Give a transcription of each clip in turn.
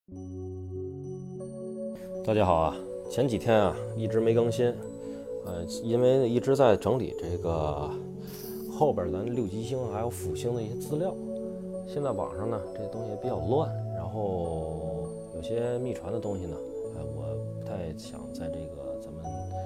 大家好啊，前几天啊一直没更新，因为一直在整理这个后边咱六吉星还有辅星的一些资料。现在网上呢这些东西也比较乱，然后有些秘传的东西呢，我不太想在这个咱们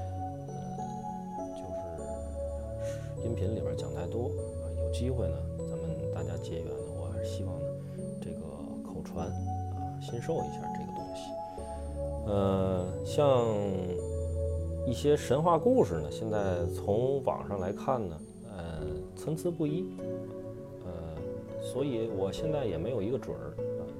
就是音频里边讲太多啊。有机会呢，咱们大家结缘呢，我还是希望呢这个口传啊，新授一下这个东西。像一些神话故事呢，现在从网上来看呢，参差不一，所以我现在也没有一个准儿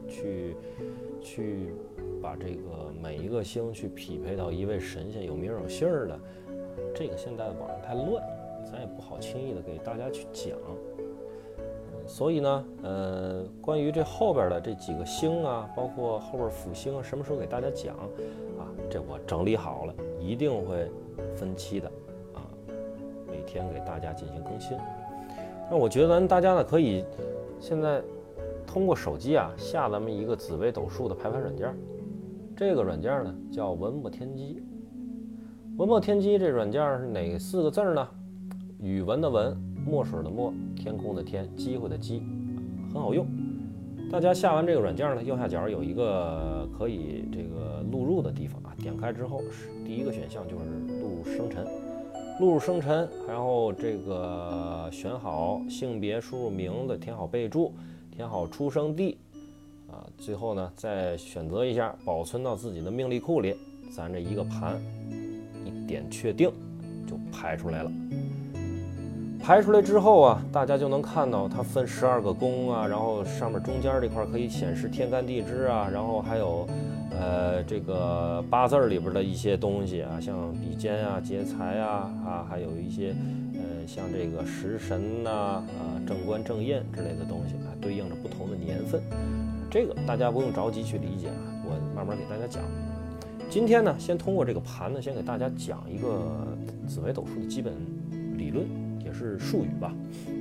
去把这个每一个星去匹配到一位神仙有名有姓的，这个现在网上太乱，咱也不好轻易的给大家去讲。所以呢，关于这后边的这几个星啊，包括后边辅星啊，什么时候给大家讲啊？这我整理好了，一定会分期的啊，每天给大家进行更新。那我觉得大家呢，可以现在通过手机啊下咱们一个紫微斗数的排盘软件，这个软件呢叫文墨天机。文墨天机这软件是哪4个字呢？语文的文，墨水的墨，天空的天，机会的机，很好用。大家下完这个软件呢，右下角有一个可以这个录入的地方啊，点开之后第一个选项就是录入生辰，录入生辰，然后这个选好性别，输入名字，填好备注，填好出生地啊，最后呢再选择一下保存到自己的命历库里，咱这一个盘一点确定就排出来了。排出来之后啊，大家就能看到它分12个宫啊，然后上面中间这块可以显示天干地支啊，然后还有这个8字里边的一些东西啊，像比肩啊、劫财啊，还有一些像这个食神呐正官正印之类的东西啊，对应着不同的年份。这个大家不用着急去理解啊，我慢慢给大家讲。今天呢，先通过这个盘呢，先给大家讲一个紫微斗数的基本理论。也是术语吧。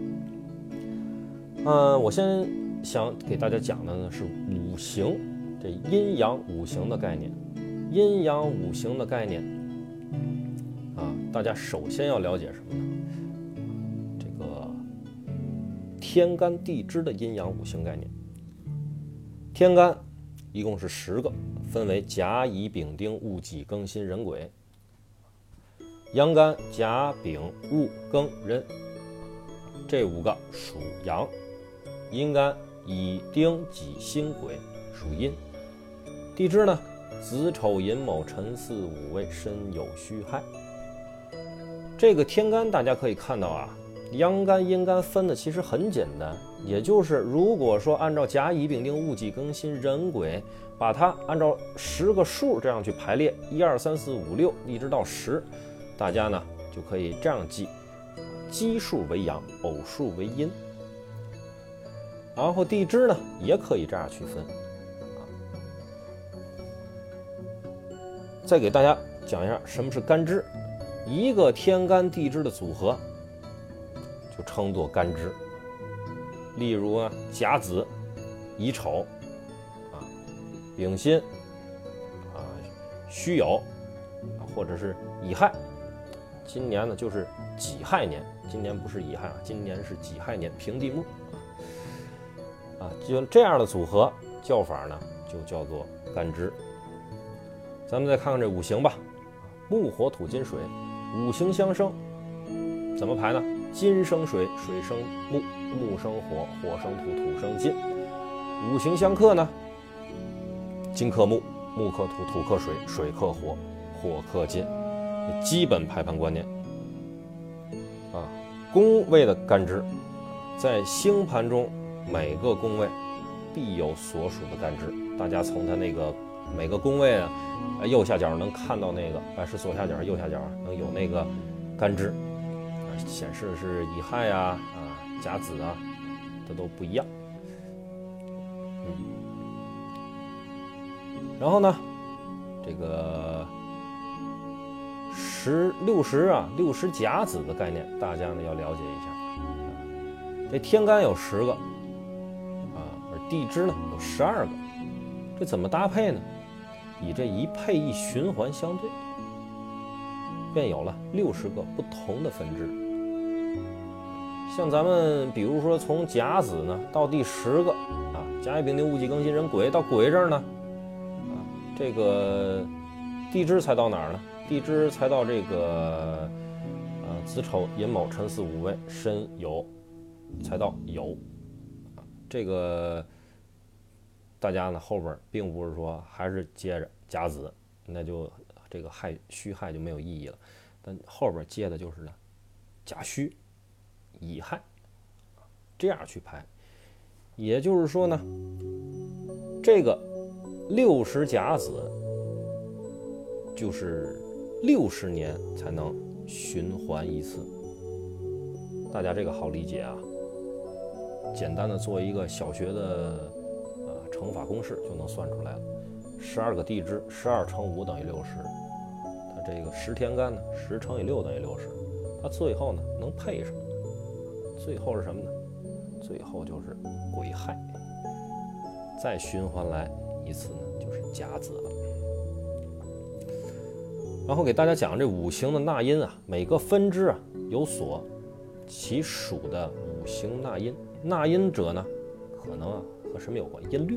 我先想给大家讲的呢是五行，这阴阳五行的概念。阴阳五行的概念啊，大家首先要了解什么呢？这个天干地支的阴阳五行概念。天干一共是10个，分为甲乙丙丁戊己庚辛壬癸。阳干甲丙戊庚壬，这5个属阳。阴干乙丁己辛癸属阴。地支呢，子丑寅卯辰巳午未申酉戌亥。这个天干大家可以看到啊，阳干阴干分的其实很简单，也就是如果说按照甲乙丙丁戊己庚辛壬癸，把它按照10个数这样去排列，1、2、3、4、5、6，一直到10。大家呢就可以这样记，奇数为阳，偶数为阴。然后地支呢也可以这样区分。再给大家讲一下什么是干支。一个天干地支的组合就称作干支。例如呢，甲子、乙丑丙辛戌酉或者是乙亥。今年呢就是己亥年，今年不是乙亥啊，今年是己亥年，平地木就这样的组合叫法呢就叫做干支。咱们再看看这五行吧，木火土金水，五行相生，怎么排呢？金生水，水生木，木生火，火生土，土生金。五行相克呢，金克木，木克土，土克水，水克火，火克金。基本排盘观念宫位的干支，在星盘中每个宫位必有所属的干支。大家从它那个每个宫位啊，右下角能看到那个是左下角右下角能有那个干支显示是乙亥甲子这都不一样。然后呢，这个60甲子的概念，大家呢要了解一下。这天干有10个而地支呢有12个， 这怎么搭配呢？以这一配一循环相对，便有了60个不同的分支。像咱们比如说从甲子呢到第10个啊，甲乙丙丁戊己庚辛壬癸，到癸这儿呢，啊，这个地支才到哪儿呢？地支才到这个子丑寅卯辰巳午未申酉，才到酉。这个大家呢后边并不是说还是接着甲子，那就这个戌亥就没有意义了。但后边接的就是呢甲戌乙亥，这样去排。也就是说呢，这个60甲子就是60年才能循环一次。大家这个好理解啊，简单的做一个小学的乘法公式就能算出来了。12个地支，12乘5等于60。它这个10天干呢，10乘以6等于60。它最后呢能配什么？最后是什么呢？最后就是癸亥。再循环来一次呢，就是甲子了。然后给大家讲这五行的纳音啊，每个分支啊有所其属的五行纳音。纳音者呢，可能啊和什么有关？音律。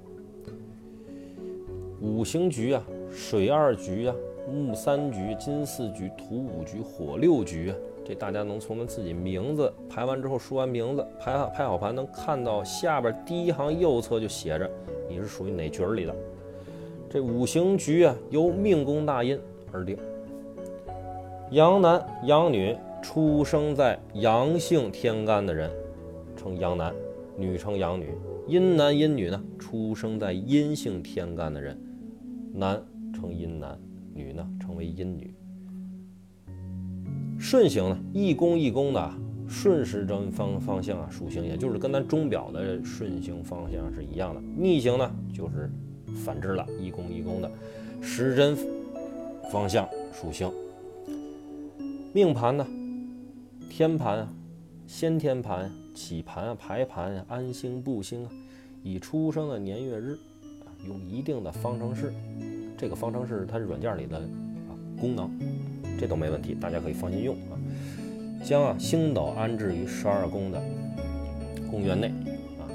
五行局啊，水2局啊，木3局，金4局，土5局，火6局啊。这大家能从咱自己名字排完之后，说完名字，排好盘，能看到下边第一行右侧就写着你是属于哪局里的。这五行局啊，由命宫纳音而定。阳男阳女出生在阳性天干的人称阳男，女称阳女。阴男阴女呢，出生在阴性天干的人，男称阴男，女呢称为阴女。顺行呢，一宫一宫的顺时针方向啊，属性也就是跟咱钟表的顺行方向是一样的。逆行呢就是反之了，一宫一宫的时针方向属性。命盘呢，天盘啊，先天盘、起盘啊、排盘啊、安星布星啊，以出生的年月日用一定的方程式，这个方程式它是软件里的功能，这都没问题，大家可以放心用啊。将星斗安置于12宫的宫元内啊。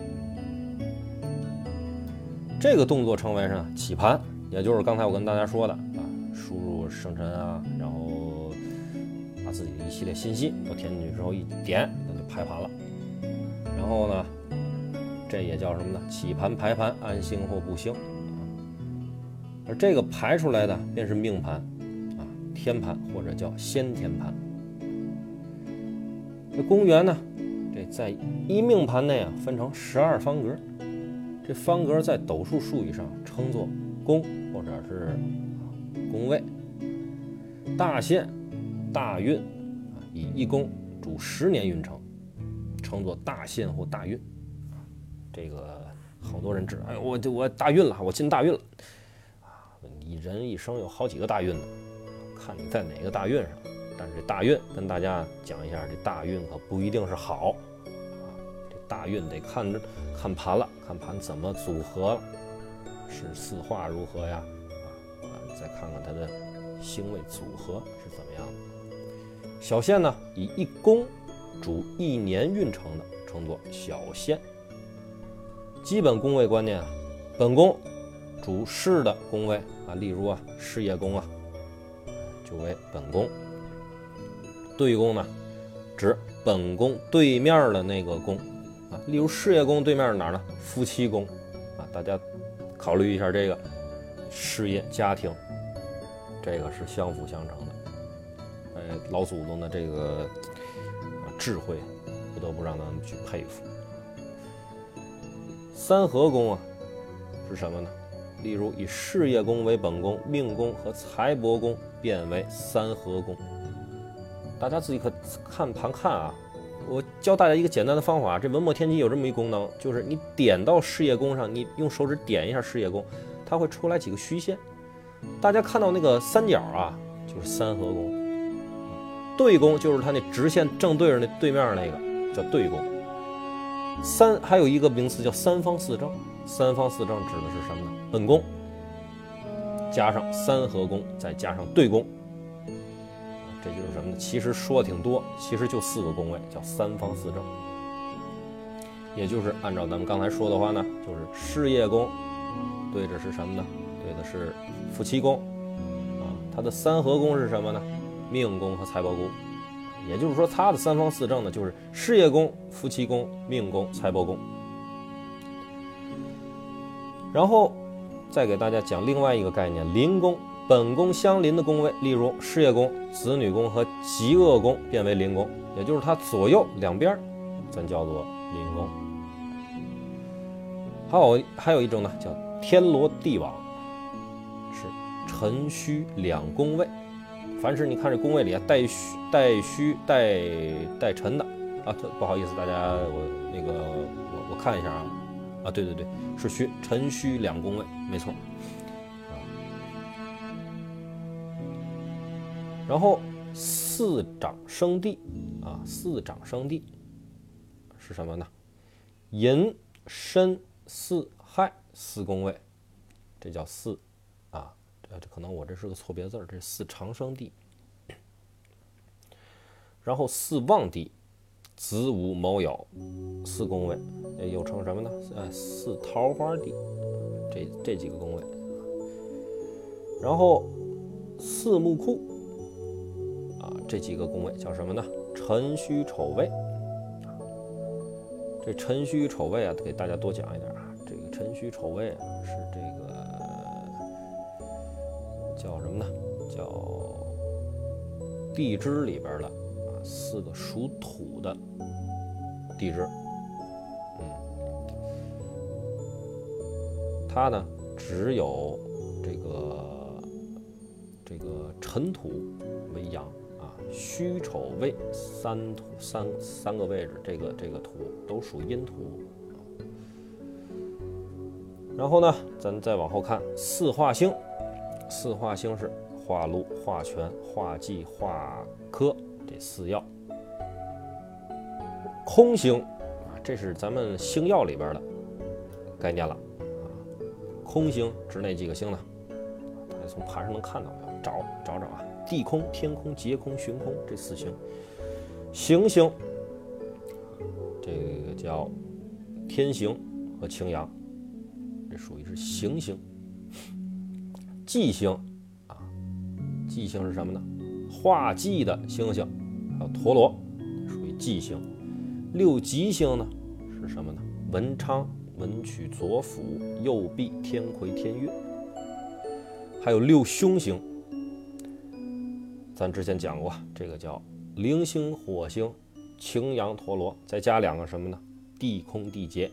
这个动作称为是起盘，也就是刚才我跟大家说的啊，输入生辰啊，然后把自己的一系列信息都填进去之后一点，那就排盘了。然后呢，这也叫什么呢？起盘、排盘、安星或布星。而这个排出来的便是命盘啊，天盘或者叫先天盘。这宫元呢，这在一命盘内啊分成12方格，这方格在斗数术语上称作宫或者是宫位。大限、大运以一宫主10年运程，称作大限或大运。这个好多人知道，哎，我大运了，我进大运了啊！你人一生有好几个大运呢，看你在哪个大运上。但是这大运跟大家讲一下，这大运可不一定是好啊，这大运得看盘了，看盘怎么组合了，是四化如何呀？再看看它的星位组合是怎么样的。小限呢，以一宫主1年运程的，称作小限。基本宫位观念啊，本宫主事的宫位啊，例如啊事业宫啊，就为本宫。对宫呢，指本宫对面的那个宫啊，例如事业宫对面是哪儿呢？夫妻宫啊，大家考虑一下这个事业家庭，这个是相辅相成的。老祖宗的这个智慧，不得不让咱们去佩服。三合宫啊是什么呢？例如以事业宫为本宫，命宫和财帛宫变为三合宫。大家自己可看盘看啊。我教大家一个简单的方法，这文墨天机有这么一功能，就是你点到事业宫上，你用手指点一下事业宫，它会出来几个虚线。大家看到那个三角啊，就是三合宫。对宫就是它那直线正对着那对面那个叫对宫。还有一个名词叫三方四正， 三方四正指的是什么呢？本宫加上三合宫，再加上对宫，这就是什么呢？其实说挺多，其实就4个宫位，叫三方四正。也就是按照咱们刚才说的话呢，就是事业宫对着是什么呢？对的是夫妻宫啊，它的三合宫是什么呢？命宫和财帛宫。也就是说，它的三方四正呢，就是事业宫、夫妻宫、命宫、财帛宫。然后再给大家讲另外一个概念，邻宫，本宫相邻的宫位，例如事业宫、子女宫和极恶宫变为邻宫，也就是它左右两边咱叫做邻宫。还有一种呢，叫天罗地网，是辰戌两宫位。凡是你看这宫位里带戌带辰的啊，不好意思，大家我看一下啊，对，是辰戌两宫位，没错啊。然后四长生地啊，四长生地是什么呢？寅申巳亥4宫位，这叫四啊。这可能我这是个错别字，这是四长生地。然后四旺地，子午卯酉4宫位，又称什么呢？四桃花地，这几个宫位。然后四木库啊，这几个宫位叫什么呢？辰戌丑未。这辰戌丑未啊，给大家多讲一点啊。这个辰戌丑未啊，是这个叫什么呢？叫地支里边的4个属土的地支。它呢只有这个辰土为阳啊，戌丑未三个位置，这个土都属阴土。然后呢，咱再往后看四化星，四化星是化禄、化权、化忌、化科这4曜。空星啊，这是咱们星曜里边的概念了啊。空星指哪几个星呢？大家从盘上能看到没有？找啊，地空、天空、劫空、旬空这4星。行星，这个叫天行和擎羊，这属于是行星。忌星啊，忌星是什么呢？化忌的星星，还有陀螺，属于忌星。6吉星呢是什么呢？文昌、文曲、左辅、右弼、天魁、天月。还有6凶星，咱之前讲过，这个叫铃星、火星、擎羊、陀螺，再加2个什么呢？地空、地劫。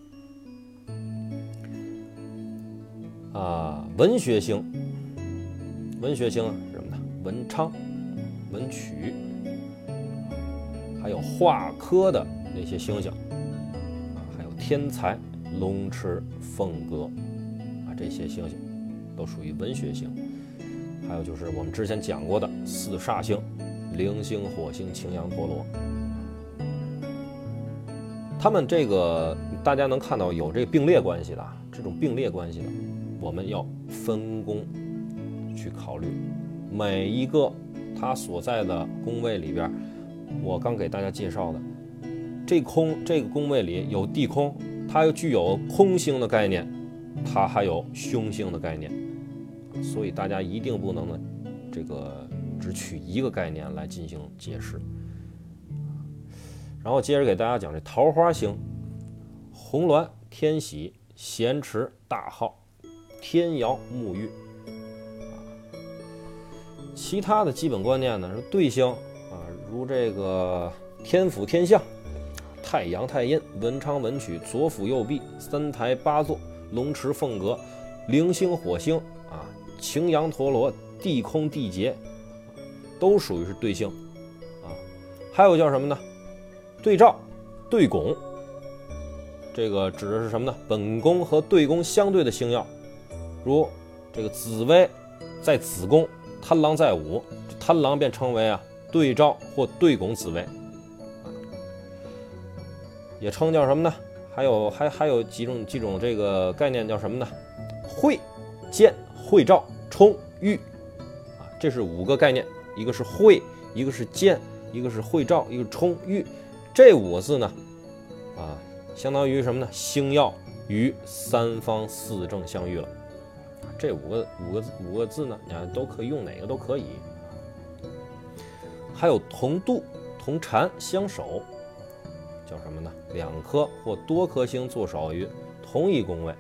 文学星，文学星是什么呢？文昌、文曲，还有化科的那些星星还有天才、龙池、凤阁这些星星都属于文学星。还有就是我们之前讲过的4煞星，铃星、火星、擎羊、陀螺。他们这个大家能看到有这个并列关系的，这种并列关系的我们要分宫去考虑，每一个它所在的宫位里边，我刚给大家介绍的这个宫位里有地空，它又具有空星的概念，它还有凶星的概念，所以大家一定不能呢这个只取一个概念来进行解释。然后接着给大家讲这桃花星，红鸾、天喜、咸池、大号、天姚、沐浴。其他的基本观念呢是对星如这个天府、天相、太阳、太阴、文昌、文曲、左辅、右弼、3台8座、龙池、凤阁、铃星、火星擎羊、陀螺、地空、地劫，都属于是对星还有叫什么呢？对照、对拱，这个指的是什么呢？本宫和对宫相对的星曜，如这个紫微在子宫，贪狼在午，贪狼便称为对照或对拱紫微，也称叫什么呢？ 还有几种这个概念叫什么呢？会、见、会照、冲、遇啊，这是5个概念，一个是会，一个是见，一个是会照，一个是冲、遇。这5个字呢，啊，相当于什么呢？星耀与3方4正相遇了。这五个字呢，你看都可以用，哪个都可以。还有同度、同禅、相守，叫什么呢？2颗或多颗星坐守于同一宫位。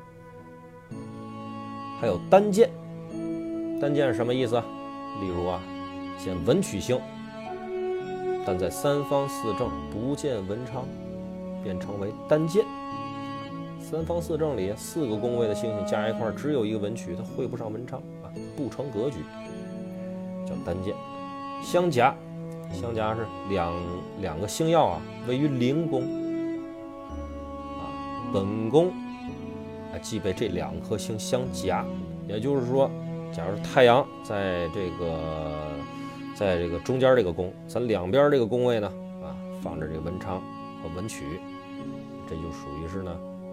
还有单见，单见是什么意思啊？例如啊，见文曲星，但在3方4正不见文昌，便称为单见。3方4正里4个宫位的星星加一块，只有一个文曲，它会不上文昌啊，不成格局，叫单见。相夹，相夹是两个星耀啊，位于邻宫啊，本宫既被这2颗星相夹，也就是说，假如太阳在这个中间这个宫，咱两边这个宫位呢啊，放着这个文昌和文曲，这就属于是呢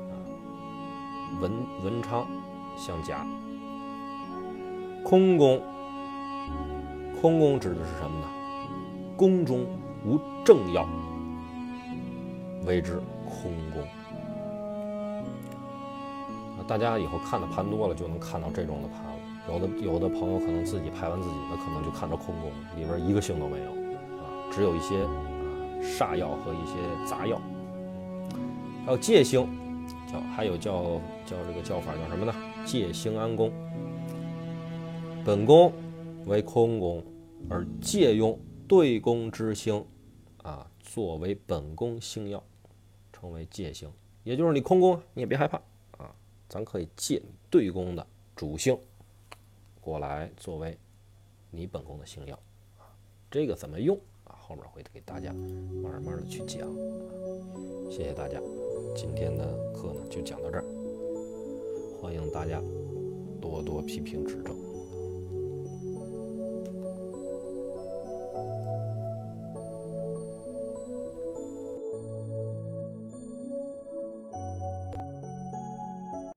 文昌相夹。空宫，空宫指的是什么呢？宫中无正曜，谓之空宫。大家以后看的盘多了，就能看到这种的盘了。有的朋友可能自己排完自己的，可能就看着空宫里边一个星都没有啊，只有一些煞曜和一些杂曜。还有戒星，还有叫这个叫法叫什么呢？戒星安宫。本宫为空宫，而借用对宫之星啊，作为本宫星曜，称为戒星。也就是你空宫你也别害怕啊，咱可以借你对宫的主星过来作为你本宫的星曜啊。这个怎么用啊？后面会给大家慢慢的去讲。谢谢大家，今天的课呢就讲到这儿，欢迎大家多多批评指正。